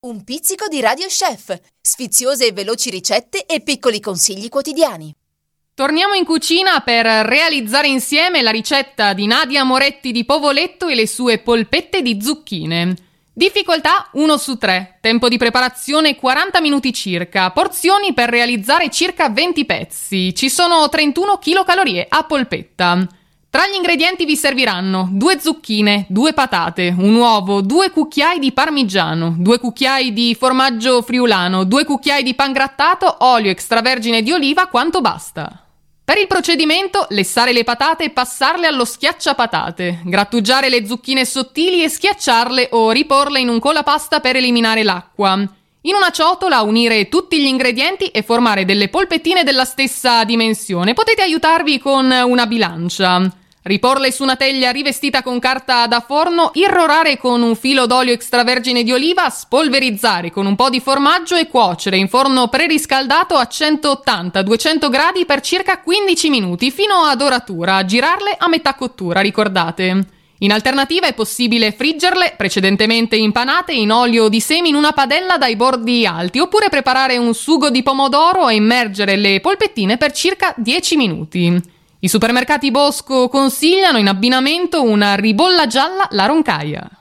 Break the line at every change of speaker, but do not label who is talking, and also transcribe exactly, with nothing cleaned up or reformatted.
Un pizzico di Radio Chef, sfiziose e veloci ricette e piccoli consigli quotidiani.
Torniamo in cucina per realizzare insieme la ricetta di Nadia Moretti di Povoletto e le sue polpette di zucchine. Difficoltà uno su tre, tempo di preparazione quaranta minuti circa, porzioni per realizzare circa venti pezzi, ci sono trentuno chilocalorie a polpetta. Tra gli ingredienti vi serviranno due zucchine, due patate, un uovo, due cucchiai di parmigiano, due cucchiai di formaggio friulano, due cucchiai di pangrattato, olio extravergine di oliva, quanto basta. Per il procedimento, lessare le patate e passarle allo schiacciapatate, grattugiare le zucchine sottili e schiacciarle o riporle in un colapasta per eliminare l'acqua. In una ciotola unire tutti gli ingredienti e formare delle polpettine della stessa dimensione. Potete aiutarvi con una bilancia. Riporle su una teglia rivestita con carta da forno, irrorare con un filo d'olio extravergine di oliva, spolverizzare con un po' di formaggio e cuocere in forno preriscaldato a centottanta duecento gradi per circa quindici minuti fino a doratura. Girarle a metà cottura, ricordate. In alternativa è possibile friggerle precedentemente impanate in olio di semi in una padella dai bordi alti, oppure preparare un sugo di pomodoro e immergere le polpettine per circa dieci minuti. I supermercati Bosco consigliano in abbinamento una ribolla gialla alla roncaia.